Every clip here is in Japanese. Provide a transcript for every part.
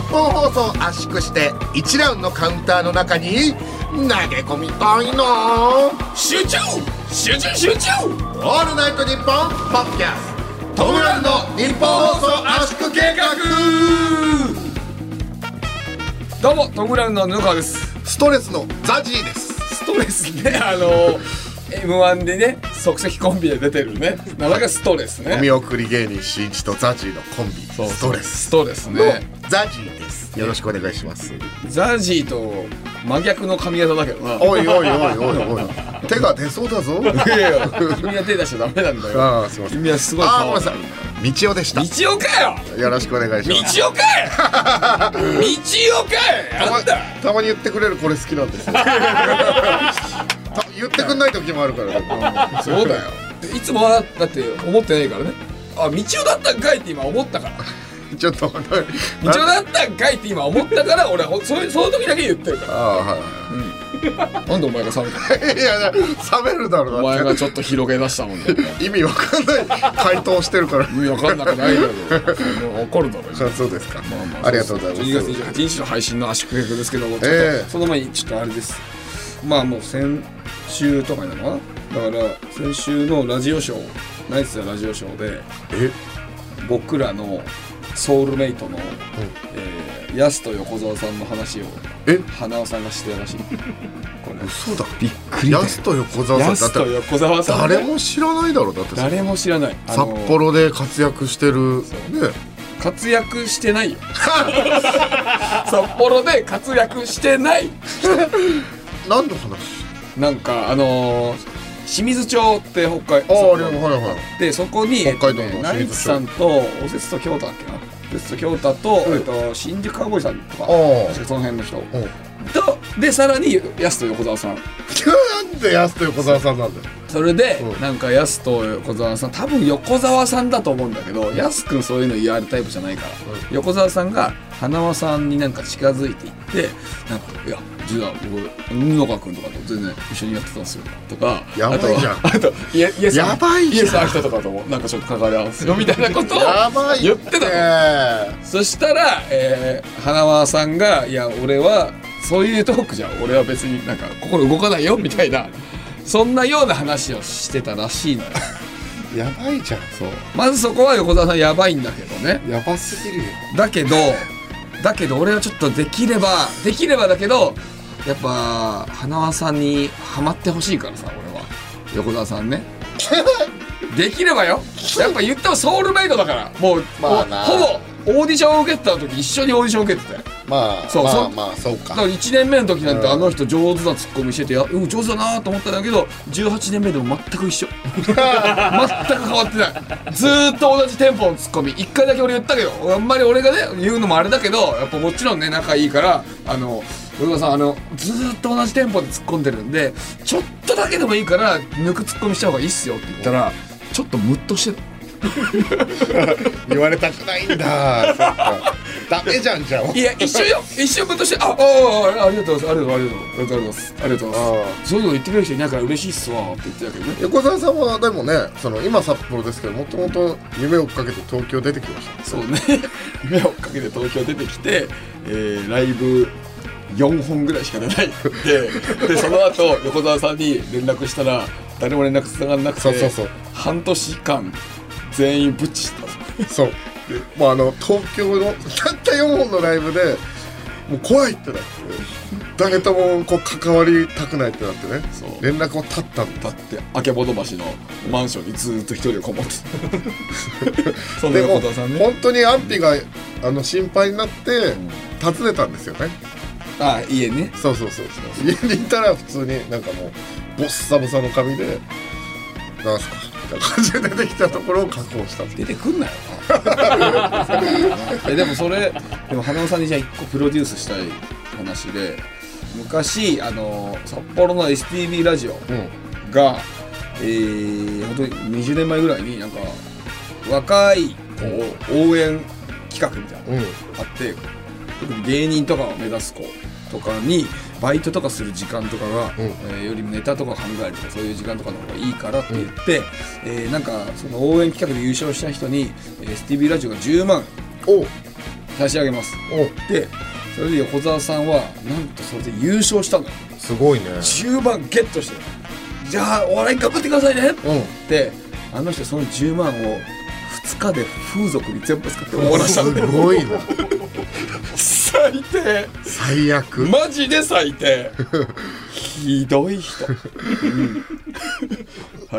本放送を圧縮して1ラウンドカウンターの中に投げ込みたいの集中集中集中。 オールナイトニッポンポッドキャストトムランの日本放送圧縮計画。 どうもトムランの布川です。 ストレスのザジーです。 ストレスね、M1 でね即席コンビで出てるね、名前がストレスね。 お見送り芸人しんいちとザジーのコンビ、ストレス。 ストレスね。 ザジーです。よろしくお願いします。 ザジーと真逆の髪型だけどな。 おいおいおいおいおい手が出そうだぞ。 いやいや君は手出しちゃダメなんだよ。 ああすいません。 君はすごいパワー。 みちおでした。 みちおかよ。 よろしくお願いします。 みちおかい。みちおかい。なんだ。 たまに言ってくれるこれ好きなんですよ。言ってくんない時もあるからね。 そうだよ。いつもはだって思ってないからね。あ、みちおだったんかいって今思ったから。 ちょっと待って。 みちおだったんかいって今思ったから俺はその時だけ言ってるから。 ああはい。 なんでお前が冷めたの。 いや冷めるだろうな。 お前がちょっと広げ出したもんね。 意味わかんない回答してるから。 意味わかんなくないけど怒るだろう。 そうですか。ありがとうございます。 12月28日の配信の圧縮計画ですけども、その前にちょっとあれです。まあもう先週とかなのかな。だから先週のラジオショー、ナイツラジオショーで僕らのソウルメイトのヤスと横澤さんの話を花尾さんがしてたらしい。これ嘘だ。 びっくりだよ。 ヤスと横澤さん。 ヤスと横澤さん誰も知らないだろう。だって誰も知らない。 札幌で活躍してるね。 活躍してないよ。札幌で活躍してない。 何の話？ なんか清水町って北海道。でそこに北海道のナイツさんとおせつと京太だっけな。おせつと京太と新宿カウボーイさんとか確かその辺の人とでさらにヤスと横澤さん。 なんでヤスと横澤さんなんだよ。 それでなんかヤスと横澤さん、多分横澤さんだと思うんだけど、ヤスくんそういうの言われるタイプじゃないから、横澤さんが花輪さんになんか近づいていってなんかいや実は僕布川くんとかと全然一緒にやってたんですよとか、 やばいじゃん。 あとイエスやばいじゃん。 イエスアキトとかともなんかちょっと関わり合うんですよみたいなことを言ってたの。そしたら花輪さんがいや俺はそういうトークじゃ俺は別になんか心動かないよみたいな、そんなような話をしてたらしいのよ。 やばいじゃん。 そうまずそこは横澤さんやばいんだけどね。 やばすぎるよ。 だけど俺はちょっとできればだけどやっぱ花輪さんにハマってほしいからさ、俺は横澤さんね。できればよ。やっぱ言ってもソウルメイトだからもう、ほぼオーディションを受けてた時一緒にオーディション受けてて、そうか。1年目の時なんてあの人上手なツッコミしてて上手だなと思ったんだけど、18年目でも全く一緒。全く変わってない。ずーっと同じテンポのツッコミ。1回だけ俺言ったけど、あんまり俺がね言うのもあれだけど、やっぱもちろんね仲いいから小川さんずーっと同じテンポで突っ込んでるんでちょっとだけでもいいから抜くツッコミした方がいいっすよって言ったらちょっとムッとしてた。 言われたくないんだ。そっか。ダメじゃんじゃん。 いや一瞬ムッとしてありがとうございますそういうの言ってくれる人いないから嬉しいっすわって言ってたけどね。 横澤さんはでもね今札幌ですけどもともと夢を追っかけて東京出てきました。 そうね。夢を追っかけて東京出てきてライブ4本ぐらいしか出ないでその後横澤さんに連絡したら誰も連絡つながんなくて半年間全員ブッチした。 そうもう東京のたった4本のライブでもう怖いってなって誰ともこう関わりたくないってなってね、連絡を絶ったんだって曙橋のマンションにずっと一人でこもってそんな横澤さんね。本当に安否が心配になって訪ねたんですよね。 家ね。 そう家にいたら普通になんかもうボッサボサの髪でなんすかみたいな感じで出てきたところを確保した。 出てくんなよな。でも花尾さんにじゃあ1個プロデュースしたい話で、昔札幌の STB ラジオが、本当に20年前ぐらいになんか若い子を応援企画みたいなのがあって、特に芸人とかを目指す子とかにバイトとかする時間とかが、よりもネタとか考えるとかそういう時間とかの方がいいからって言って、なんかその応援企画で優勝した人に、STB ラジオが10万差し上げます。 お、 でそれで横澤さんはなんとそれで優勝したのよ。 すごいね。 10万ゲットして、じゃあお笑い頑張ってくださいねってあの人その10万を2日で風俗に全部使って終わらしたんだよ。 すごいな。 最低、 最悪、 マジで最低。ひどい人、はい、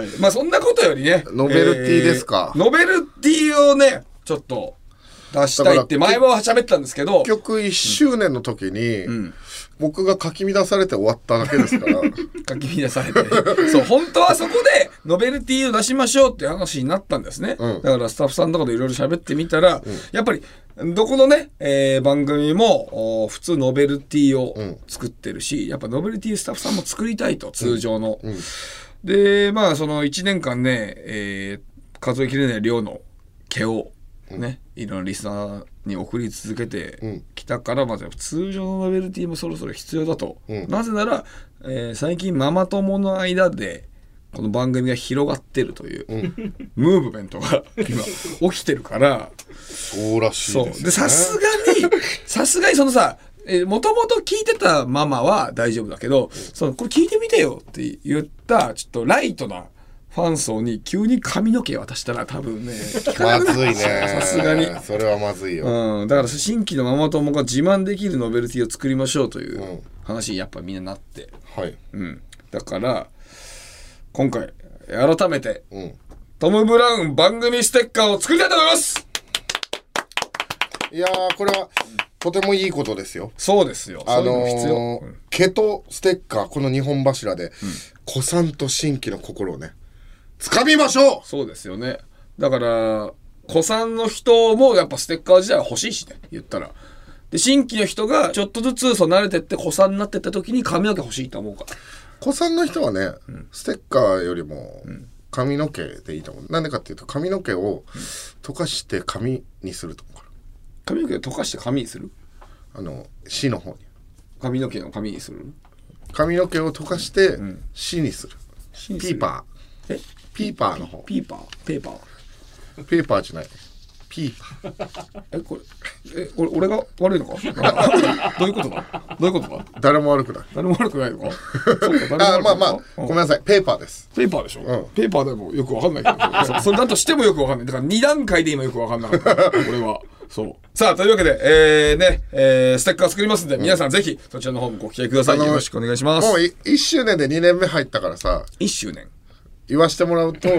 まあそんなことよりね、 ノベルティですか、 ノベルティをねちょっと出したいって前も喋ったんですけど、 結局1周年の時に、僕がかき乱されて終わっただけですからかき乱されてそう本当はそこでノベルティを出しましょうっていう話になったんですね、だからスタッフさんとかでいろいろ喋ってみたら、やっぱりどこのね、番組も普通ノベルティを作ってるし、やっぱノベルティスタッフさんも作りたいと、通常の、でまあその1年間ね、数えきれない量の毛をね、いろんなリスナーに送り続けてきたから、まず通常のノベルティもそろそろ必要だと、なぜなら、最近ママ友の間でこの番組が広がってるという、ムーブメントが今起きてるから、 そうらしいですね。 でさすがにそのさ、もともと聞いてたママは大丈夫だけど、そのこれ聞いてみてよって言ったちょっとライトなファン層に急に髪の毛渡したら多分ね聞かなくなっちゃう。 まずいね、 さすがにそれはまずいよ、 だから新規のママ友が自慢できるノベルティを作りましょうという話にやっぱみんななって、だから今回改めて、トム・ブラウン番組ステッカーを作りたいと思います。 いやー、これはとてもいいことですよ。 そうですよ。そういうの必要。 毛とステッカー、この2本柱で、古参と新規の心をね掴みましょう。 そうですよね。だから古参の人もやっぱステッカー自体は欲しいしね、言ったら。で新規の人がちょっとずつそう慣れてって古参になってった時に髪の毛欲しいと思うから。 古参の人はね、ステッカーよりも髪の毛でいいと思う。なんでかっていうと、髪の毛を溶かして紙にすると思うから。 髪の毛を溶かして紙にする？ 紙の方に髪の毛の紙にする？ 髪の毛を溶かして紙にする。ピーパー。ピーパーの方。 ピーパー？ペーパー？ ペーパーじゃない。ピーパー。 これ俺が悪いのか？どういうことだ？どういうことだ？ 誰も悪くない。 誰も悪くないのか？そうか、誰も悪くないのか？ まあごめんなさい。ペーパーです。 ペーパーでしょ？ペーパーでもよくわかんないけど、それだとしてもよくわかんない。だから2段階で今よくわかんなかった。俺は。そう。さあ、というわけで、ステッカー作りますんで、皆さんぜひそちらの方もご期待ください。よろしくお願いします。 もう1周年で2年目入ったからさ。 1周年言わしてもらうと、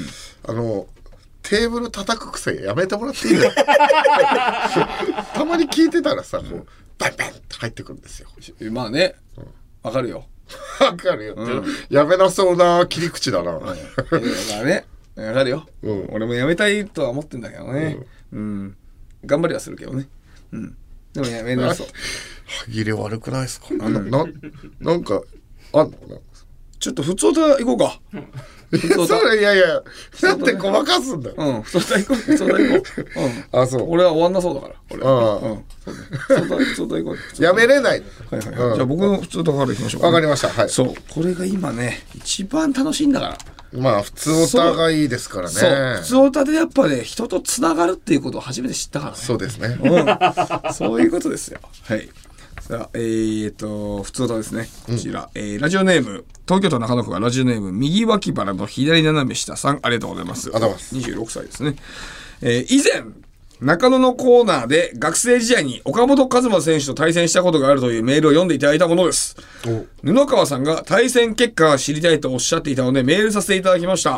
テーブル叩く癖やめてもらっていいのたまに聞いてたらさ、こうバンバンって入ってくるんですよ。 まあね、わかるよ。 わかるよ、やめなそうな切り口だな。まあね、わかるよ。俺もやめたいとは思ってんだけどね。頑張りはするけどね。でもやめなそう。 歯切れ悪くないですか？なんかあんの？ ちょっと普通で行こうか。 それいやなんでごまかすんだよ。 普通で行こう。あ、そう。俺は終わんなそうだから。普通で行こう。 やめれない。 じゃあ僕の普通だから行きましょう。 わかりました。はい。 そう。これが今ね一番楽しいんだから。 まあ普通オタがいいですからね。 そう。普通オタでやっぱね人とつながるっていうことを初めて知ったからね。 そうですね。 そういうことですよ。はい。さあ、普通歌ですね。こちら、ラジオネーム、東京都中野区がラジオネーム、右脇腹の左斜め下さん、ありがとうございます。 ありがとうございます。 26歳ですね。以前、中野のコーナーで学生時代に岡本和真選手と対戦したことがあるというメールを読んでいただいたものです。布川さんが対戦結果が知りたいとおっしゃっていたのでメールさせていただきました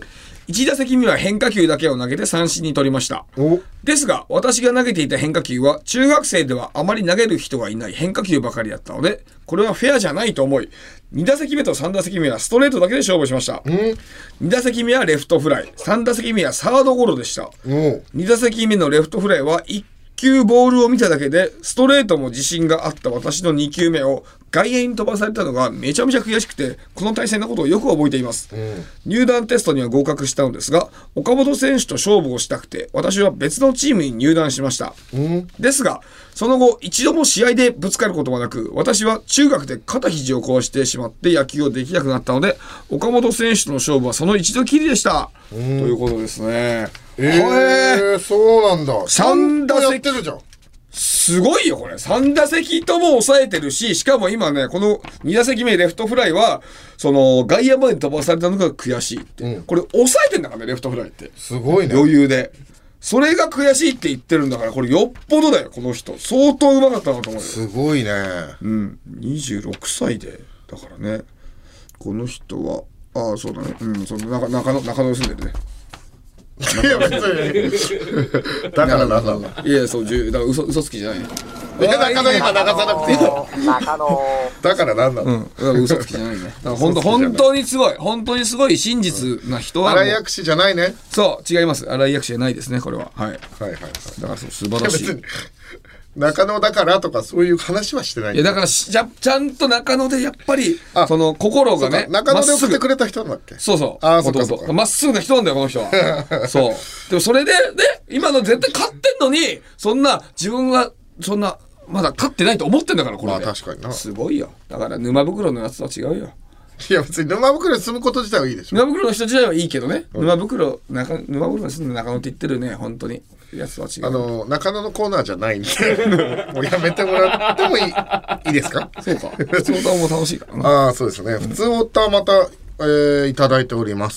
。1打席目は変化球だけを投げて三振に取りました。ですが私が投げていた変化球は中学生ではあまり投げる人がいない変化球ばかりだったのでこれはフェアじゃないと思い2打席目と3打席目はストレートだけで勝負しました。2打席目はレフトフライ3打席目はサードゴロでした。2打席目のレフトフライは1球ボールを見ただけでストレートも自信があった私の2球目を外野に飛ばされたのがめちゃめちゃ悔しくてこの対戦のことをよく覚えています。入団テストには合格したのですが岡本選手と勝負をしたくて私は別のチームに入団しました。ですがその後一度も試合でぶつかることはなく私は中学で肩肘を壊してしまって野球をできなくなったので岡本選手との勝負はその一度きりでした、ということですね。 そうなんだ。 3打席やってるじゃん。 すごいよ、これ。3打席とも抑えてるし、しかも今ね、この2打席目レフトフライは、その、外野まで飛ばされたのが悔しいって。これ、抑えてんだからね、レフトフライって。 すごいね。 余裕で。それが悔しいって言ってるんだから、これよっぽどだよ、この人。相当うまかったなと思うよ。 すごいね。 26歳で。だからね。この人は、ああ、そうだね。その中野に住んでるね。 いや別にだからなんだいやそうだから嘘つきじゃないよ。 中野今流さなくていいだからなんだ嘘つきじゃないね。だから本当にすごい真実な人は荒井薬師じゃないね。 そう違います。荒井薬師じゃないですねこれは。はいはいだから素晴らしい。 中野だからとかそういう話はしてない。 いやだからちゃんと中野でやっぱりその心がね中野で送ってくれた人なんだっけ。 そうああそうまっすぐな人なんだよこの人は。そうでもそれで今の絶対勝ってんのにそんな自分はそんなまだ勝ってないと思ってんだからこれで。 確かにな。 すごいよ。だから沼袋のやつとは違うよ。 いや別に沼袋に住むこと自体はいいでしょ。 沼袋の人自体はいいけどね。沼袋に住んで中野って言ってるね本当にやつは違う。 中野のコーナーじゃないんでもうやめてもらってもいいですか。 そうか。普通歌も楽しいからな。 ああそうですね。普通歌またいただいております。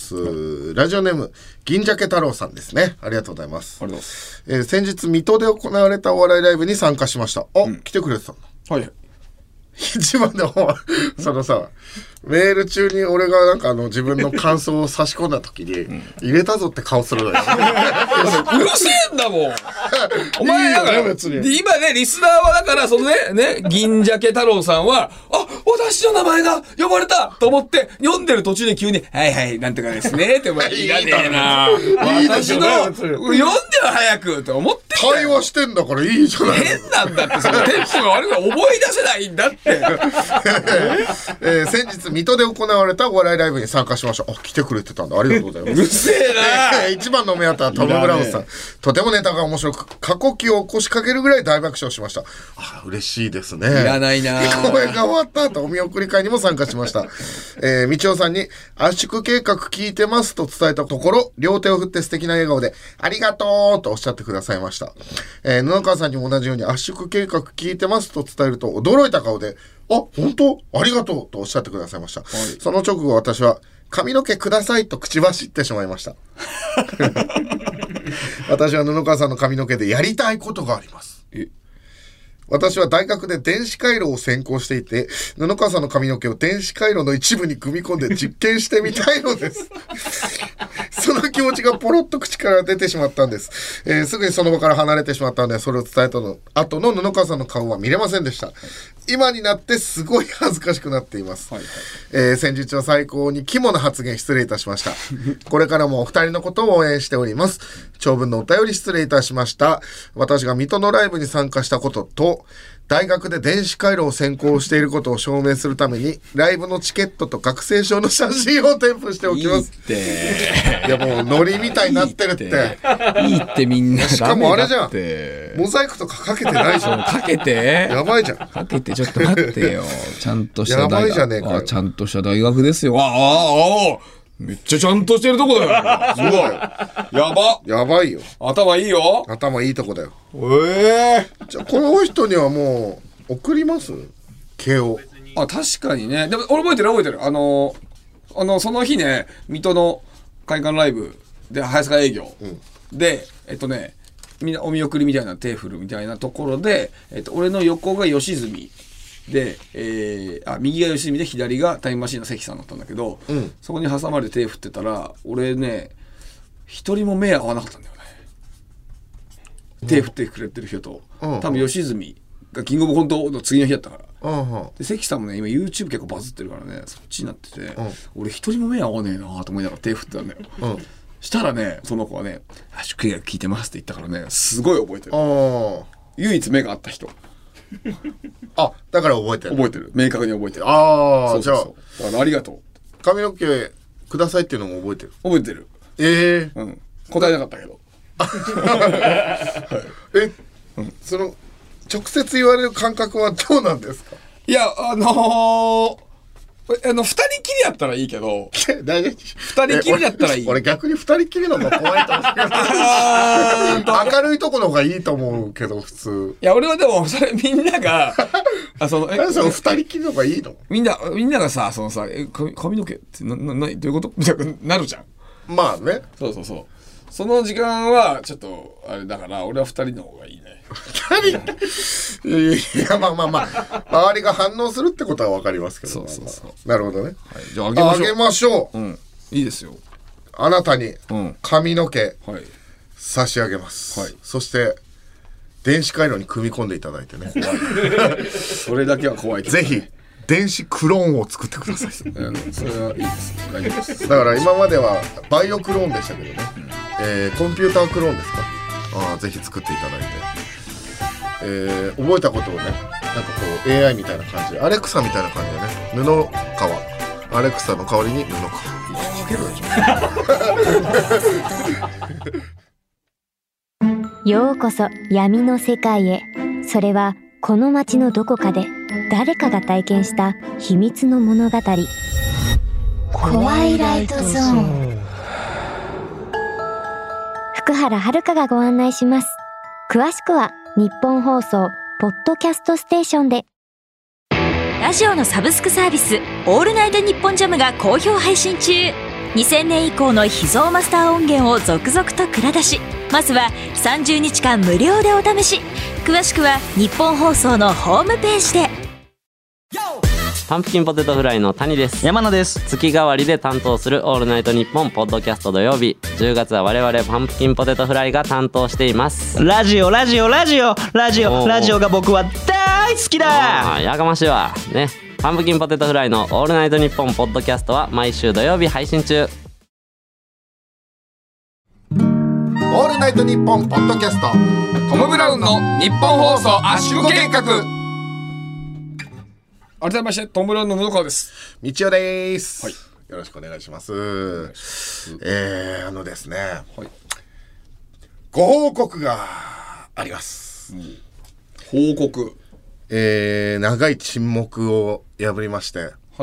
ラジオネーム銀鮭太郎さんですね。ありがとうございます。 ありがとうございます。 先日水戸で行われたお笑いライブに参加しました。来てくれてたんだ。 はい。 一番のそのさメール中に俺がなんか自分の感想を差し込んだ時に、入れたぞって顔するのよ。 うるせえんだもん。お前だから別に今ねリスナーはだからそのね銀鮭太郎さんは私の名前が呼ばれたと思って読んでる途中で急にはいはいなんとかですねってお前いらねえな。私の読んでは早くって思って会話してんだからいいじゃない。 変なんだってそのテンポが悪いから覚え出せないんだって。 先日水戸で行われたお笑いライブに参加しました。来てくれてたんだ。ありがとうございます。 うるせえな。 一番の目当てはトム・ブラウンさん。とてもネタが面白く過呼吸を起こしかけるぐらい大爆笑しました。嬉しいですね。いらないな。 公演が終わった後お見送り会にも参加しました。道夫さんに圧縮計画聞いてますと伝えたところ両手を振って素敵な笑顔でありがとうとおっしゃってくださいました。布川さんにも同じように圧縮計画聞いてますと伝えると驚いた顔で本当ありがとうとおっしゃってくださいました。その直後私は髪の毛くださいと口走ってしまいました。私は布川さんの髪の毛でやりたいことがあります。私は大学で電子回路を専攻していて布川さんの髪の毛を電子回路の一部に組み込んで実験してみたいのです。その気持ちがポロッと口から出てしまったんです。すぐにその場から離れてしまったのでそれを伝えたの後の布川さんの顔は見れませんでした。今になってすごい恥ずかしくなっています。先日は最高に肝な発言失礼いたしました。これからもお二人のことを応援しております。長文のお便り失礼いたしました。私が水戸のライブに参加したことと大学で電子回路を専攻していることを証明するためにライブのチケットと学生証の写真を添付しておきます。いやもうノリみたいになってるって。 いいってみんな。 しかもあれじゃん。モザイクとかかけてないじゃん。 かけて。 やばいじゃん。 かけてちょっと待ってよ。ちゃんとした大学。 やばいじゃねえかよ。 ちゃんとした大学ですよ。めっちゃちゃんとしてるとこだよ。すごい。やばいよ。頭いいよ。 頭いいとこだよ。じゃあこの人にはもう送ります毛を。 確かにね。でも俺覚えてる。その日ね水戸の会館ライブで早坂営業、でみんなお見送りみたいな手振るみたいなところで、俺の横が吉住で、右が吉住で左がタイムマシーンの関さんだったんだけど、そこに挟まれて手振ってたら俺ね一人も目合わなかったんだよね。手振ってくれてる人と、多分吉住がキングオブコントの次の日だったから、で関さんもね今 YouTube 結構バズってるからねそっちになってて、俺一人も目合わねえなと思いながら手振ってたんだよ。したらねその子はね「圧縮計画聞いてます」って言ったからねすごい覚えてる。唯一目があった人。 だから覚えてる。 明確に覚えてる。 じゃあだからありがとう。 髪の毛くださいっていうのも覚えてる。 答えなかったけど。 その直接言われる感覚はどうなんですか。 いや二人きりやったらいいけど二人きりだったらいい。 俺逆に二人きりの方が怖いと思うけど。 明るいとこの方がいいと思うけど普通。 いや俺はでもそれみんながその二人きりの方がいいの？ みんながさそのさ髪の毛ってどういうことみたいになるじゃん。 まあね。 そうその時間はちょっとあれだから俺は2人の方がいいね。 2人いやまあ周りが反応するってことは分かりますけど。なるほどね。 はい、じゃああげましょう。 いいですよ。 あなたに髪の毛差し上げます。 はい、 そして電子回路に組み込んでいただいてね。 怖い。それだけは怖い。 ぜひ電子クローンを作ってください。 それはいいです。大丈夫です。 だから今まではバイオクローンでしたけどね。コンピュータークローンですか。ぜひ作っていただいて、覚えたことをね、なんかこう AI みたいな感じで、アレクサみたいな感じでね、布革、アレクサの代わりに布革。 ようこそ闇の世界へ。それはこの街のどこかで誰かが体験した秘密の物語。コワイライトゾーン。福原遥がご案内します。詳しくは日本放送ポッドキャストステーションで。 ラジオのサブスクサービスオールナイトニッポンジャムが好評配信中。2000年以降の秘蔵マスター音源を続々と蔵出し。まずは30日間無料でお試し。詳しくは日本放送のホームページで。 パンプキンポテトフライの谷です。 山野です。 月替わりで担当するオールナイトニッポンポッドキャスト土曜日。10月は我々パンプキンポテトフライが担当しています。 ラジオが僕は大好きだ。 やかましいわね。パンプキンポテトフライのオールナイトニッポンポッドキャストは毎週土曜日配信中。 オールナイトニッポンポッドキャスト、 トム・ブラウンの日本放送圧縮計画。改めましてトム・ブラウンの布川です。 道夫です、 はい、 よろしくお願いします。ですね、はい、ご報告があります、 報告。 長い沈黙を破りまして、 はい、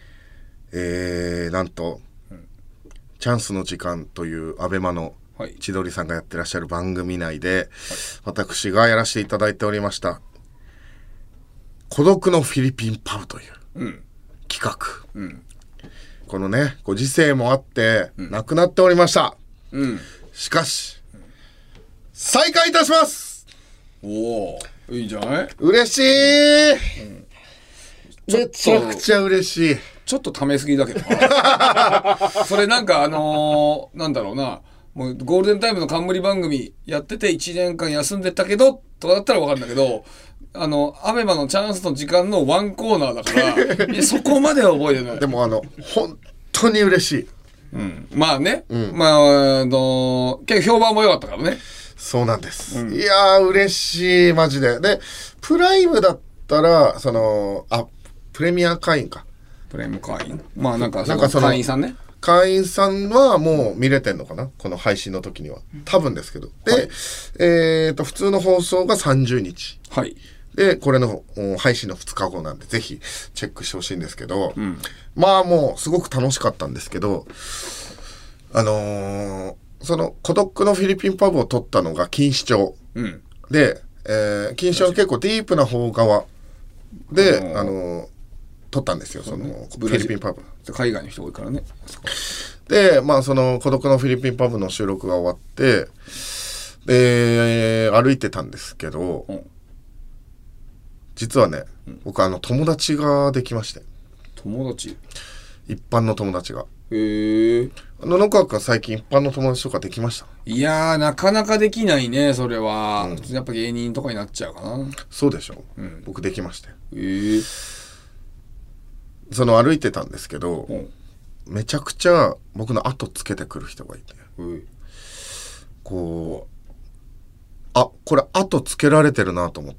なんと、チャンスの時間というアベマの千鳥さんがやってらっしゃる番組内で、私がやらせていただいておりました孤独のフィリピンパブという企画、このねご時世もあってなくなっておりました、しかし再開いたします。 おー、いいんじゃない。 嬉しい、めちゃくちゃ嬉しい。 ちょっとためすぎだけどそれなんかなんだろうな、もうゴールデンタイムの冠番組やってて1年間休んでたけどとかだったら分かるんだけど、アベマのチャンスの時間のワンコーナーだからいやそこまでは覚えてない。 でも本当に嬉しい、 まあね、まあ結構評判も良かったからね。 そうなんです、いやー嬉しいマジで。でプライムだったらプレミア会員か、プレミア会員、まあなんかその会員さんね、会員さんはもう見れてんのかな、この配信の時には多分ですけど。で、普通の放送が30日、はい、でこれの配信の2日後なんでぜひチェックしてほしいんですけど、まあもうすごく楽しかったんですけど、その孤独のフィリピンパブを撮ったのが錦糸町、で、錦糸町の結構ディープな方側で撮ったんですよ、そのフィリピンパブ。 海外の人多いからね。 でまあその孤独のフィリピンパブの収録が終わって、歩いてたんですけど、実はね、僕友達ができまして。 友達？ 一般の友達が。 へえ。 野川君は最近一般の友達とかできました？いやーなかなかできないね、それは、やっぱ芸人とかになっちゃうかな。 そうでしょ、僕できまして。その歩いてたんですけど、めちゃくちゃ僕の後つけてくる人がいて、こうこれ後つけられてるなと思って、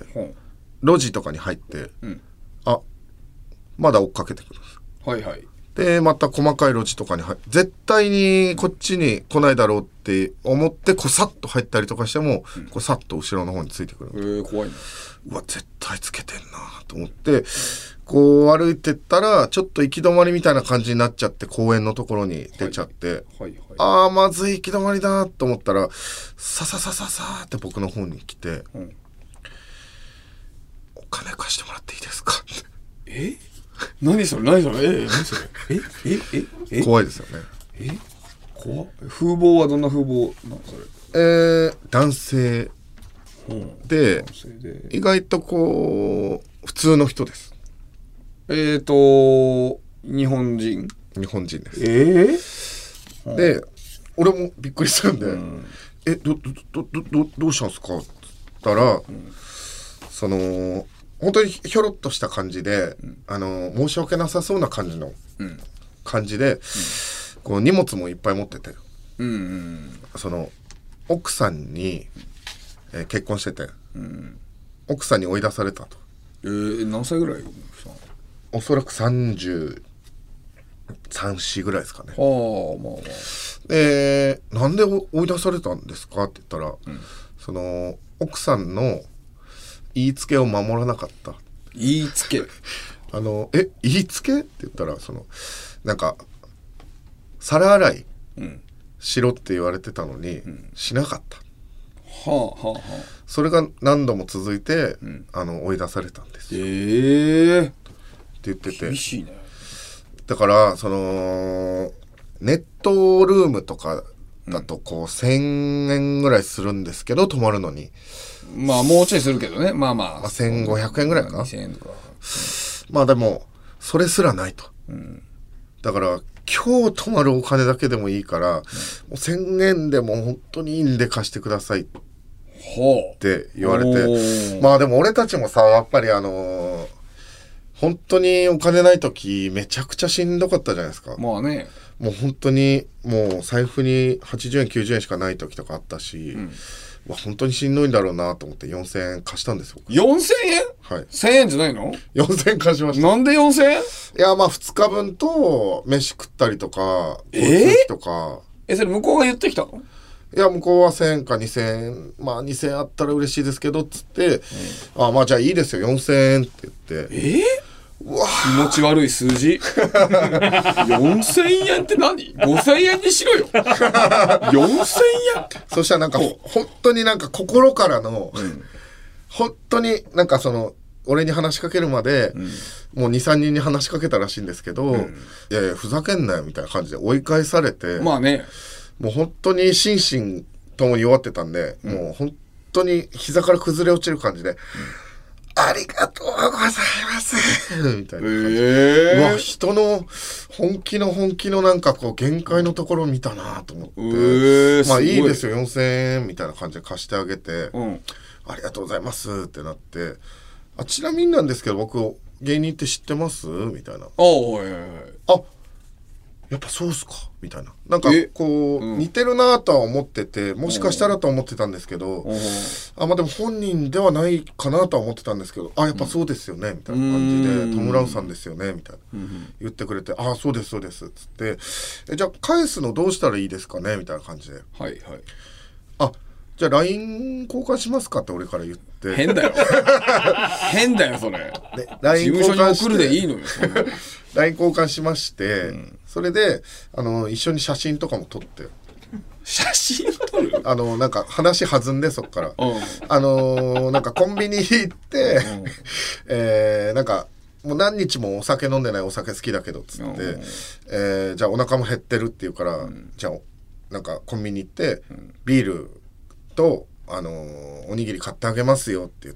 路地とかに入って、まだ追っかけてくるんです。はいはい。 でまた細かい路地とかに絶対にこっちに来ないだろうって思ってこうさっと入ったりとかしても、こうさっと後ろの方についてくる。 怖いね。 うわ絶対つけてんなと思ってこう歩いてったらちょっと行き止まりみたいな感じになっちゃって公園のところに出ちゃって、ああまずい行き止まりだと思ったらさささささって僕の方に来て、お金貸してもらっていいですかって。 何それ何それ何それ怖いですよね。 怖っ。風貌はどんな風貌なんそれ。 男性で意外とこう普通の人です。 日本人です。で俺もびっくりするんで、どうしたんですかって言ったら、その本当にひょろっとした感じで、申し訳なさそうな感じの感じで、こう荷物もいっぱい持ってて、その奥さんに、結婚してて、奥さんに追い出されたと。 何歳ぐらい？ おそらく33、4ぐらいですかね。なんで追い出されたんですかって言ったら、その奥さんの言いつけを守らなかった。 言いつけ言いつけって言ったら、そのなんか皿洗いしろって言われてたのに、しなかった。それが何度も続いて、追い出されたんですよ。って言ってて。 厳しいね。 だからそのネットルームとかだとこう1000円ぐらいするんですけど、泊まるのに。 まあもうちょいするけどね。まあ 1500円ぐらいかな。 2000円とか。 まあでもそれすらないと。だから今日泊まるお金だけでもいいから、もう1000円でも本当にいいんで貸してくださいって言われて、まあでも俺たちもさ、やっぱり本当にお金ない時めちゃくちゃしんどかったじゃないですか。 まあね。 もう本当にもう財布に80円90円しかない時とかあったし、本当にしんどいんだろうなと思って4000円貸したんですよ。 4000円？ はい。 1000円じゃないの ？4000円貸しました。 なんで4000円？ いやまあ2日分と飯食ったりとか交通費とか。 それ向こうが言ってきたの？ いや向こうは1000円か2000円、まあ2000円あったら嬉しいですけどっつって、まあじゃあいいですよ4000円って言って、 うわ気持ち悪い数字4000円って何 ?5000 円にしろよ4000円。 そしたらなんか本当になんか心からの、本当になんかその俺に話しかけるまで、もう 2,3 人に話しかけたらしいんですけど、いやいやふざけんなよみたいな感じで追い返されて、 まあね、 もう本当に心身ともに弱ってたんで、もう本当に膝から崩れ落ちる感じで、ありがとうございますみたいな感じで、うわ人の本気のなんかこう限界のところ見たなと思って、まあいいですよ4000円みたいな感じで貸してあげて、ありがとうございますってなって、ちなみになんですけど僕芸人って知ってますみたいな、やっぱそうっすかみたいな、なんかこう、似てるなとは思ってて、もしかしたらとは思ってたんですけど、まあでも本人ではないかなとは思ってたんですけど、やっぱそうですよねみたいな感じで、トムラウさんですよねみたいな、言ってくれて、そうですそうですっつって、じゃあ返すのどうしたらいいですかねみたいな感じで、じゃあ LINE 交換しますかって俺から言って、 変だよ変だよそれ、 LINE 事務所に送るでいいのよ LINE 交換しまして、それで一緒に写真とかも撮って、 写真撮るなんか話弾んで、そっからなんかコンビニ行って、なんかもう何日もお酒飲んでない、お酒好きだけどっつって、じゃあお腹も減ってるって言うから、じゃあなんかコンビニ行って、ビールとおにぎり買ってあげますよって言って、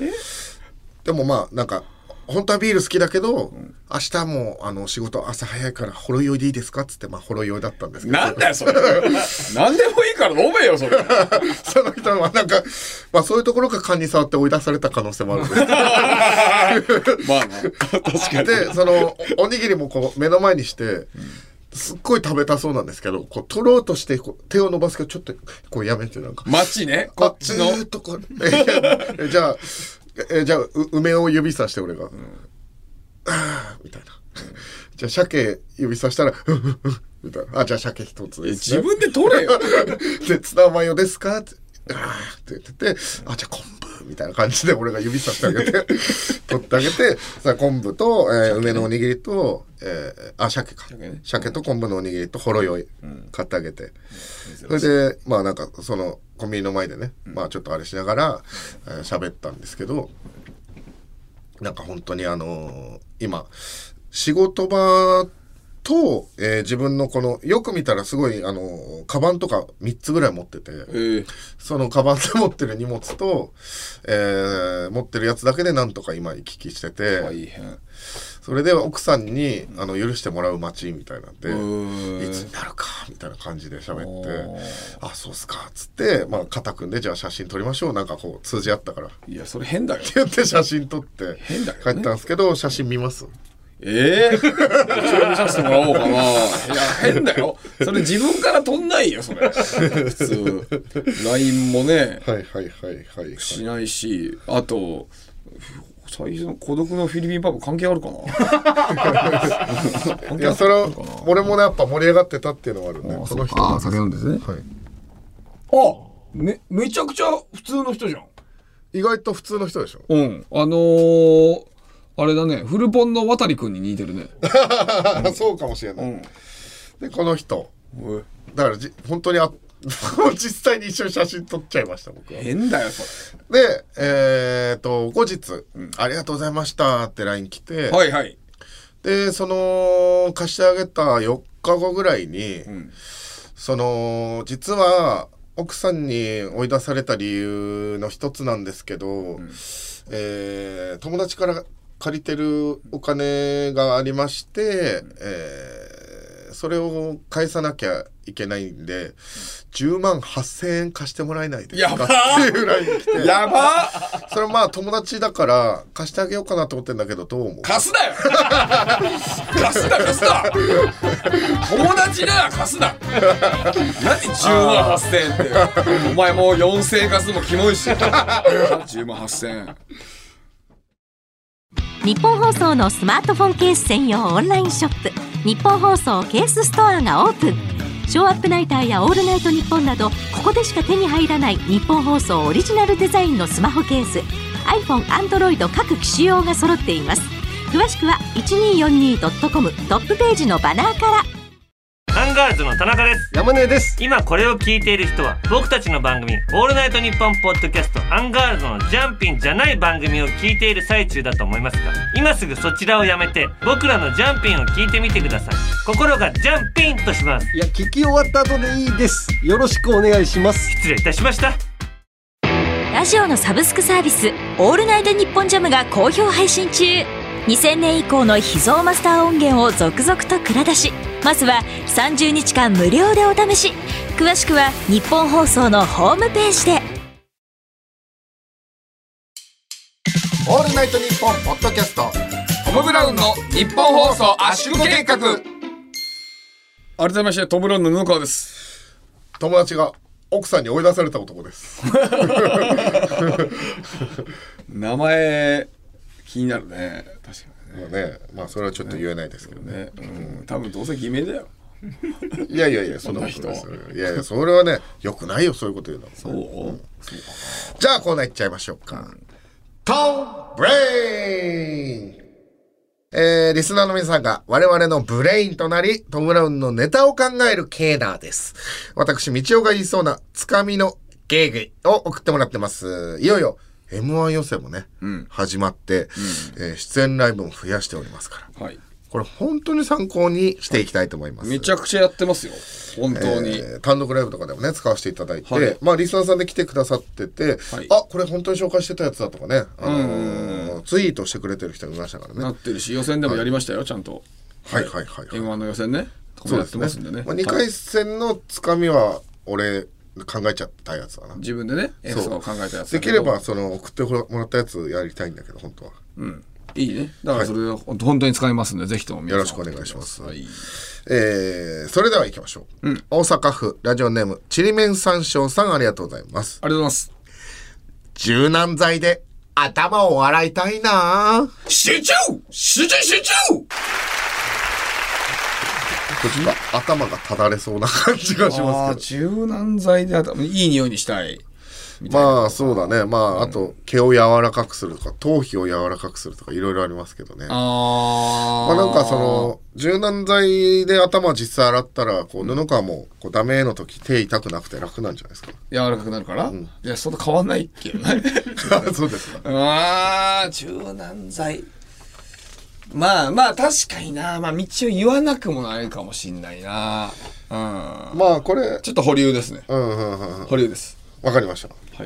でもまあなんか本当はビール好きだけど、明日も仕事朝早いからほろ酔いでいいですかっつって、ほろ酔いだったんですけど、 なんだよそれ何でもいいから飲めよそれその人はなんか、そういうところが勘に触って追い出された可能性もあるんですまあ確かに。 でそのおにぎりもこう目の前にして、すっごい食べたそうなんですけど、こう取ろうとして手を伸ばすけどちょっとこうやめて、なんか待ちね、こっちのじゃあ梅を指さして俺が、みたいなじゃあ鮭指さしたらみたいな。じゃあ鮭一つです、ね、 自分で取れよでツナマヨですかってって言ってて、じゃあ昆布みたいな感じで俺が指さしてあげて取ってあげて、さ昆布と、梅のおにぎりと、鮭か、鮭と昆布のおにぎりとほろ酔い買ってあげて、それでまあなんかそのコンビニの前でね、まあちょっとあれしながら喋ったんですけど、なんか本当に今仕事場と、自分のこのよく見たらすごいカバンとか3つぐらい持ってて、そのカバンで持ってる荷物と、持ってるやつだけでなんとか今行き来してて、大変。それで奥さんに許してもらう街みたいなんで、いつになるかみたいな感じで喋って、あそうっすかっつって、まあ肩組んでじゃあ写真撮りましょう、なんかこう通じ合ったから、 いやそれ変だよって言って写真撮って帰ったんですけど、写真見ます？ 一応見させてもらおうかな。いや変だよそれ、自分から撮んないよそれ普通 LINE もね、しないし、あと最初の孤独のフィリピンパブ関係あるかな。いやそれは俺もねやっぱ盛り上がってたっていうのはあるね。この人が酒飲んですね、めちゃくちゃ普通の人じゃん。 意外と普通の人でしょ。 あれだね、フルポンの渡くんに似てるねそうかもしれない、でこの人だから本当に実際に一緒に写真撮っちゃいました僕は。 変だよそれで後日、ありがとうございましたって LINE 来て、でその貸してあげた4日後ぐらいに、その実は奥さんに追い出された理由の一つなんですけど、友達から借りてるお金がありまして、それを返さなきゃいけないんで10万8,000円貸してもらえないですかっていうライン来て、 やばそれまあ友達だから貸してあげようかなと思ってんだけどどう思う？ 貸すなよ貸すな友達なら貸すな何10万8,000円ってお前もう4,000円貸すのもキモいし10万8,000円。 日本放送のスマートフォンケース専用オンラインショップ、日本放送ケースストアがオープン。ショーアップナイターやオールナイトニッポンなど、ここでしか手に入らない日本放送オリジナルデザインのスマホケース、 iPhone、Android 各機種用が揃っています。詳しくは 1242.com トップページのバナーから。 アンガールズの田中です。 山根です。 今これを聞いている人は僕たちの番組オールナイトニッポンポッドキャストアンガールズのジャンピンじゃない番組を聞いている最中だと思いますが、今すぐそちらをやめて僕らのジャンピンを聞いてみてください。心がジャンピンとします。 いや聞き終わった後でいいです。よろしくお願いします。 失礼いたしました。 ラジオのサブスクサービスオールナイトニッポンジャムが好評配信中。2000年以降の秘蔵マスター音源を続々と蔵出し。まずは30日間無料でお試し。詳しくは日本放送のホームページで。 オールナイトニッポンポッドキャスト、 トム・ブラウンの日本放送圧縮計画。改めましてトム・ブラウンの布川です。 友達が奥さんに追い出された男です名前気になるね。確かにね。まあそれはちょっと言えないですけどね。 多分どうせ偽名だよ。 いやそんな人。いやそれはねよくないよ、そういうこと言うの。そう、じゃあコーナー行っちゃいましょうか。トムブレイン。リスナーの皆さんが我々のブレインとなりトム・ブラウンのネタを考えるケーナーです。私道夫が言いそうなつかみのゲーゲーを送ってもらってます。いよいよM1 予選もね、始まって、出演ライブも増やしておりますから、これ本当に参考にしていきたいと思います。 めちゃくちゃやってますよ本当に、 単独ライブとかでもね使わせていただいて、まあリスナーさんで来てくださってて、これ本当に紹介してたやつだとかね、ツイートしてくれてる人がいましたからね。 なってるし予選でもやりましたよ、ちゃんと。M1 の予選ね。 そうですね。2回戦のつかみは俺考えちゃったやつだな。 自分でね演奏を考えたやつ。 できればその送ってもらったやつやりたいんだけど本当は。 いいね。だからそれは本当に使いますんで、ぜひとも皆さんよろしくお願いします。それでは行きましょう。大阪府ラジオネームちりめん山椒さん、ありがとうございます。 ありがとうございます。 柔軟剤で頭を洗いたいな。 集中ちょっと頭がただれそうな感じがしますけど。 柔軟剤でいい匂いにしたい。 まあそうだね。まああと毛を柔らかくするとか頭皮を柔らかくするとかいろいろありますけどね。まあなんかその柔軟剤で頭実際洗ったらこう布川もこうダメの時手痛くなくて楽なんじゃないですか。 柔らかくなるから、いやそんな変わんないけどね。 そうですか。 柔軟剤。まあ確かにな。まあ道を言わなくもないかもしんないな。 まあこれちょっと保留ですね。保留です。 わかりました。はい。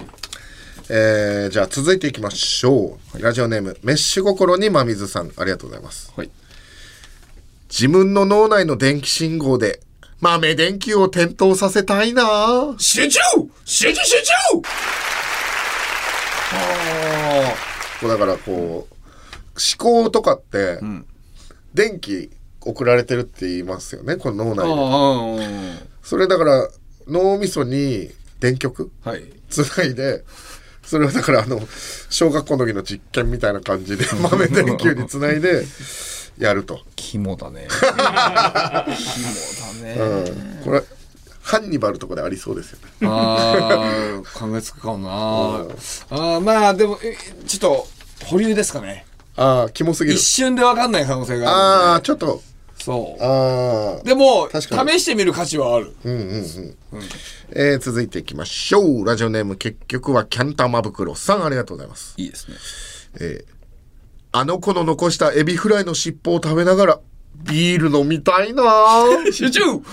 じゃあ続いていきましょう。ラジオネームメッシュ心に真水さん、ありがとうございます。はい。自分の脳内の電気信号で豆電球を点灯させたいな。 集中だからこう思考とかって、電気送られてるって言いますよね、この脳内で。それだから脳みそに電極つないで、それはだから小学校の時の実験みたいな感じで豆電球につないでやると。 肝だね。肝だね。 これハンニバルとかでありそうですよね。 考えつくかもな。まあでもちょっと保留ですかね。 キモすぎる。 一瞬で分かんない可能性がある。 ちょっとそうでも試してみる価値はある。 続いていきましょう。ラジオネーム結局はキャンタマ袋さん、ありがとうございます。 いいですね。 あの子の残したエビフライの尻尾を食べながらビール飲みたいな。 集中キモ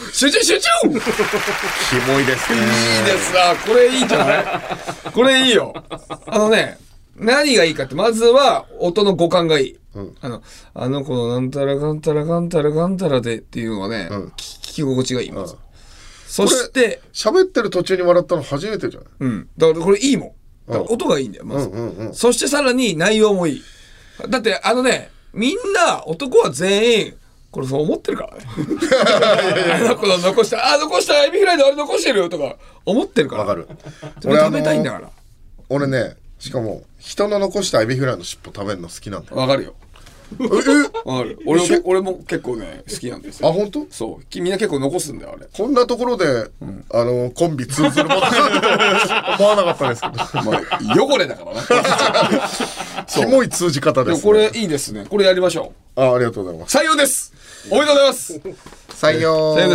いですね。 いいですな。これいいんじゃない？これいいよ。何がいいかって、まずは音の五感がいい。あの子のなんたらかんたらかんたらかんたらでっていうのはね、聞き心地がいい。まず。そして喋ってる途中に笑ったの初めてじゃない？ だからこれいいもん。音がいいんだよ、まず。そしてさらに内容もいい。だってみんな男は全員これそう思ってるからね。あの子の残したエビフライであれ残してるとか思ってるから。 わかる。 俺食べたいんだから。 俺ね、しかも人の残したエビフライの尻尾食べるの好きなんだよ。 わかるよ。わかる。俺も結構ね好きなんですよ。 本当？ そう。みんな結構残すんだよあれ。 こんなところでコンビ通ずるものだと思わなかったですけど。汚れだからな。 キモい通じ方です。 これいいですね。これやりましょう。ありがとうございます。 採用です。おめでとうございます。 採用です。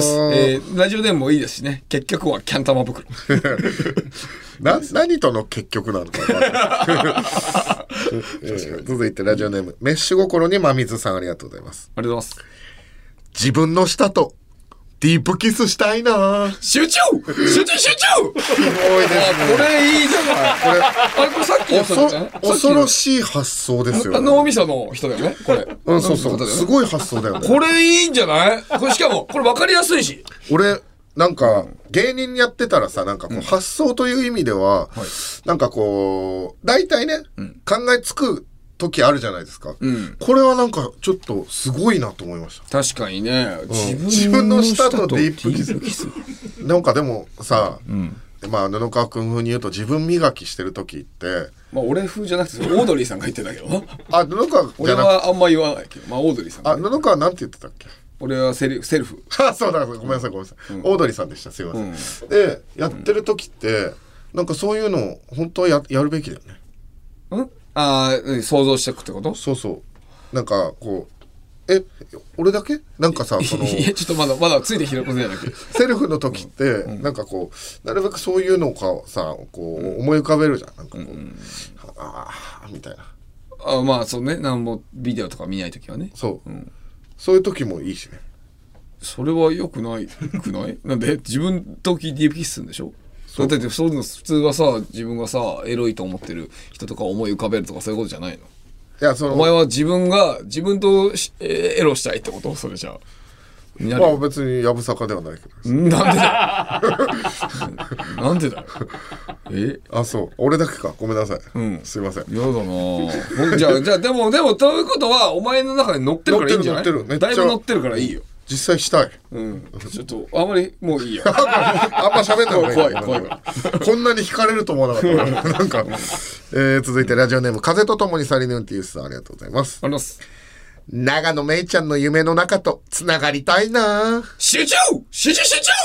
ラジオネームもいいですしね。結局はキャンタマ袋。 何との結局なのか。続いてラジオネームメッシュ心に真水さん、ありがとうございます。 ありがとうございます。 自分の舌とディープキスしたいな。 集中キモいですね。これいいじゃない。これさっきの恐ろしい発想ですよね。 脳みその人だよねこれ。 そうすごい発想だよね。 これいいんじゃない？これしかもこれ分かりやすいし。 俺なんか芸人やってたらさ、なんかこう発想という意味ではなんかこう大体ね考えつく時あるじゃないですか。これはなんかちょっとすごいなと思いました。 確かにね。 自分の舌とディープキス。なんかでもさ、まあ布川君風に言うと自分磨きしてる時って、 まあ俺風じゃなくてオードリーさんが言ってたけどな。 布川俺はあんま言わないけど、まあオードリーさん。 布川なんて言ってたっけ？ 俺はセルフ。 そうだ、ごめんなさい。オードリーさんでした。すいません。でやってる時ってなんかそういうの本当はやるべきだよね。 想像していくってこと？ そう。なんかこう俺だけなんかさいやちょっとまだついて広くないだけ。 セルフの時ってなんかこうなるべくそういうのをさこう思い浮かべるじゃん。なんかこうみたいな。 まあそうね。なんもビデオとか見ない時はね。 そういう時もいいしね。 それは良くないくない？なんで自分とディープキスするんでしょ？だってそういうの普通はさ、自分がさエロいと思ってる人とか思い浮かべるとかそういうことじゃないの？ いやお前は自分とエロしたいってこと？それじゃあ。 まあ別にやぶさかではないけど。 なんでだよ。 そう。俺だけか。ごめんなさい。すいません。 やだな。じゃあでもということはお前の中で乗ってるからいいんじゃない？だいぶ乗ってるからいいよ。 実際したい。 ちょっとあんまりもういいよ。 あんま喋んない。 怖いから。 こんなに惹かれると思わなかった。なんか続いてラジオネーム風とともにサリヌンティウスさん、ありがとうございます。 長野めいちゃんの夢の中とつながりたいな。 集中集中集中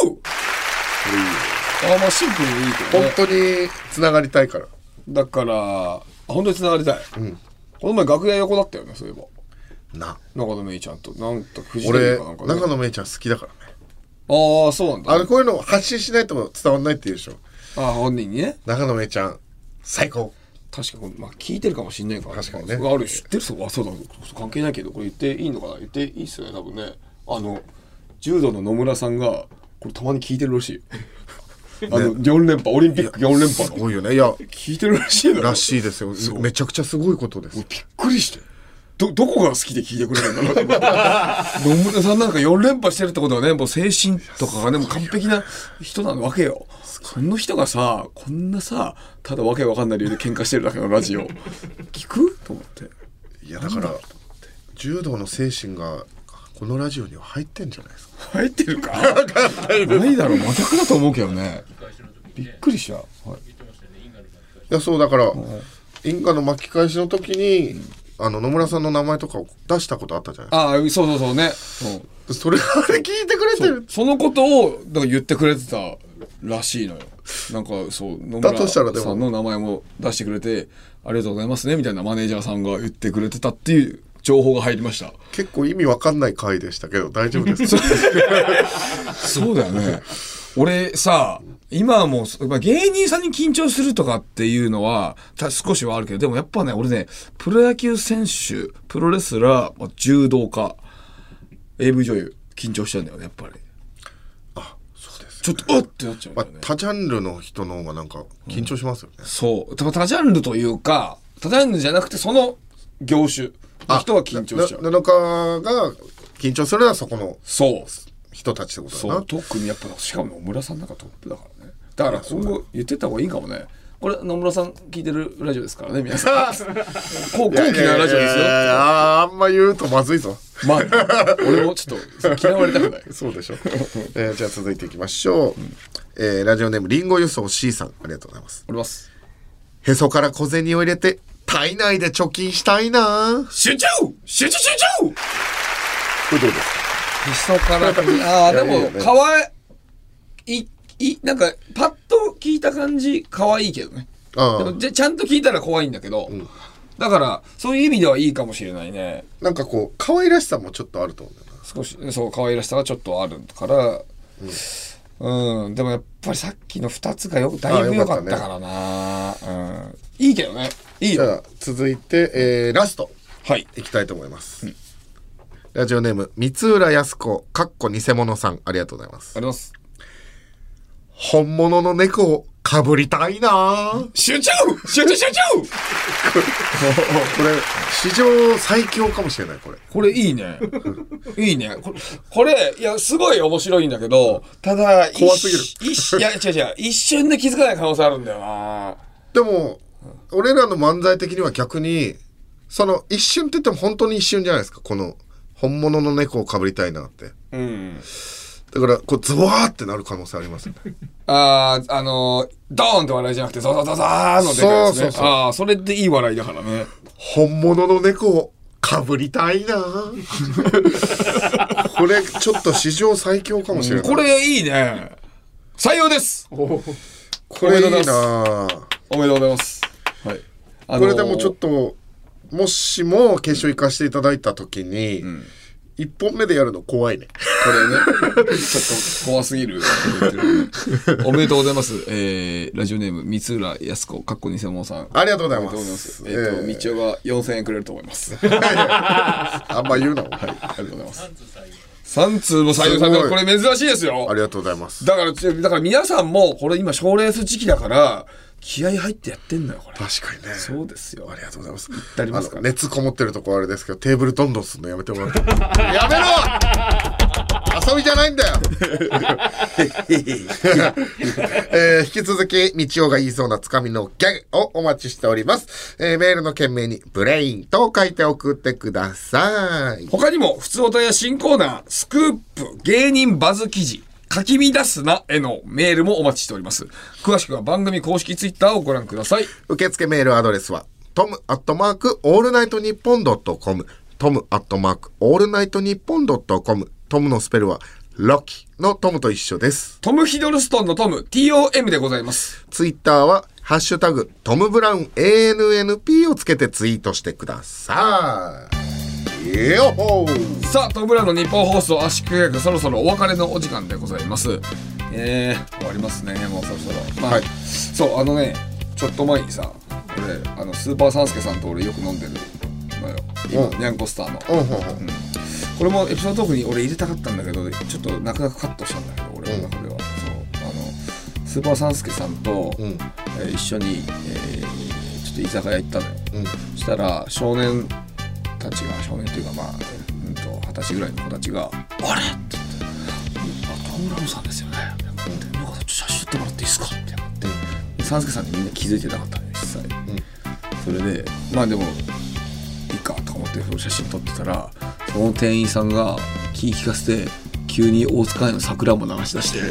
まあシンプルでいいけどね。 本当につながりたいから。 だから本当につながりたい、この前楽屋横だったよね、そういえば長野めいちゃんとなんとフジテレビかなんかね。 俺長野めいちゃん好きだからね。 ああそうなんだ。 こういうの発信しないと伝わんないって言うでしょ。 本人にね。 長野めいちゃん最高。 確かに、聞いてるかもしんないから。 確かにね。 ある知ってる。そうだ、関係ないけどこれ言っていいのかな。言っていいっすよね多分ね。柔道の野村さんがこれたまに聞いてるらしい。4連覇オリンピック4連覇の。 すごいよね。いや聞いてるらしいの。 らしいですよ。めちゃくちゃすごいことです。 びっくりして。どこが好きで聞いてくれるんだろうと思って。野村さんなんか4連覇してるってことはね、もう精神とかがねもう完璧な人なわけよ。その人がさ、こんなさ、ただわけわかんない理由で喧嘩してるだけのラジオ聞くと思って。 いやだから柔道の精神がこのラジオには入ってんじゃないですか。 入ってるかないだろう、真逆だと思うけどね。びっくりした、いやそうだから因果の巻き返しの時に野村さんの名前とかを出したことあったじゃないですか。 そうね、 それあれ聞いてくれてる。 そのことをだから言ってくれてたらしいのよ。なんかそう野村さんの名前も出してくれてありがとうございますねみたいなマネージャーさんが言ってくれてたっていう情報が入りました。 結構意味わかんない回でしたけど大丈夫ですか？ そうだよね。俺さ今はもう芸人さんに緊張するとかっていうのは少しはあるけど、でもやっぱね俺ねプロ野球選手、プロレスラー、柔道家、AV 女優緊張しちゃうんだよねやっぱり。 そうです、 ちょっとってなっちゃうんだよね。 他ジャンルの人の方がなんか緊張しますよね。 そう他ジャンルというか他ジャンルじゃなくてその業種の人は緊張しちゃう。 布川が緊張するのはそこの人たちってことだな。 特にやっぱしかも野村さんなんかトップだからね。だから今後言ってった方がいいかもね。これ野村さん聞いてるラジオですからね皆さん。高貴なラジオですよ。 あんま言うとまずいぞ。 俺もちょっと嫌われたくない。 そうでしょ。じゃあ続いていきましょう。ラジオネームリンゴ輸送 C さん、ありがとうございます。 おります。 へそから小銭を入れて体内で貯金したいな。 集中これどうですか？ へそからでもかわいなんかパッと聞いた感じ可愛いけどね。でもちゃんと聞いたら怖いんだけど、だからそういう意味ではいいかもしれないね。 なんかこう可愛らしさもちょっとあると思うんだよな。 少しそう可愛らしさがちょっとあるから、でもやっぱりさっきの2つがだいぶ良かったからな。いいけどね。いいよ。 じゃあ続いて、ラストいきたいと思います。ラジオネーム三浦靖子偽物さん、ありがとうございます。 ありがとうございます。 本物の猫をかぶりたいな。 集中これ史上最強かもしれない。 これいいね。いいね。これいやすごい面白いんだけど、ただ怖すぎる。 いや違う一瞬で気づかない可能性あるんだよな。 でも俺らの漫才的には逆にその一瞬って言っても本当に一瞬じゃないですか。この本物の猫をかぶりたいなって。だからこうズワーってなる可能性ありますよね。 ドーンって笑いじゃなくてゾゾゾゾーのでかいやつね。それっていい笑いだからね。 本物の猫をかぶりたいな。これちょっと史上最強かもしれない。 これいいね。採用です。 これいいな。 おめでとうございます。 これでもちょっともしも決勝行かせていただいた時に、1本目でやるの怖いね。 これねちょっと怖すぎるおめでとうございます。ラジオネーム三浦靖子偽物さん、 ありがとうございます。 道夫が4000円くれると思います。 あんま言うな。 ありがとうございます。3通も採用された。これ珍しいですよ。 ありがとうございます。 だから皆さんもこれ今賞レース時期だから気合入ってやってんのよこれ。 確かにね。 そうですよ。 ありがとうございます。 ありますか？ 熱こもってるとこあれですけどテーブルどんどんすんのやめてもらってやめろ遊びじゃないんだよ引き続き道夫が言いそうなつかみのギャグをお待ちしております。メールの件名にブレインと書いて送ってください。 他にも普通歌や新コーナースクープ芸人バズ記事書き乱すなへのメールもお待ちしております。詳しくは番組公式ツイッターをご覧ください。 受付メールアドレスはtom@allnightnippon.com tom@allnightnippon.com。 トムのスペルはロキのトムと一緒です。 トムヒドルストンのトム TOM でございます。 ツイッターはハッシュタグトムブラウン ANNP をつけてツイートしてください。よほー。 さあトムブラウンの日本放送圧縮計画、そろそろお別れのお時間でございます。終わりますね、もうそろそろ。まあ、はい、そうちょっと前にさ、俺スーパーサンスケさんと俺よく飲んでるのよ今、ニャンコスターの、これもエピソードトークに俺入れたかったんだけど、ちょっとなかなかカットしたんだけど、俺の中では、スーパーサンスケさんと、一緒に、ちょっと居酒屋行ったのよ。そしたら少年たちが、少年というかまあ20歳ぐらいの子たちが「あれ?」って言って「トムブラウンさんですよね」なんか写真撮ってもらっていいですかって言って、サンスケさんにみんな気づいてなかったのよ一切。それでまあでもいいかとか思って写真撮ってたら、その店員さんが気利かせて急に大塚愛の桜も流し出して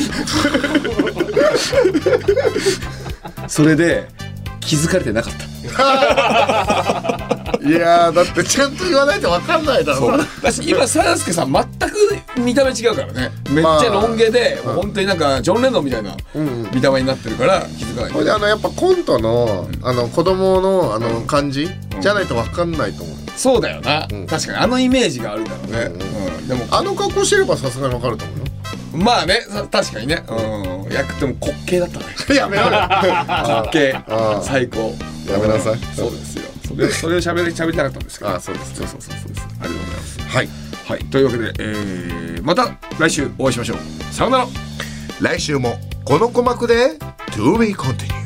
それで気づかれてなかったいやーだってちゃんと言わないと分かんないだろ。 そう私今サンスケさん全く見た目違うからね。めっちゃロン毛で、もう本当になんかジョン・レノンみたいな見た目になってるから気づかない。 これでやっぱコントの、子供の感じ、じゃないと分かんないと思う。 そうだよな、確かにイメージがあるだろうね。 でも格好してればさすがに分かると思うよ。 まあね、確かにね。役っても滑稽だったね。 やめろよ。 滑稽最高。 やめなさい。 そうですよ。それを喋りたかったんですけど。 そうです。 そうです。ありがとうございます。 はいはい。というわけで、また来週お会いしましょう。さようなら。 来週もこの鼓膜で To be continued。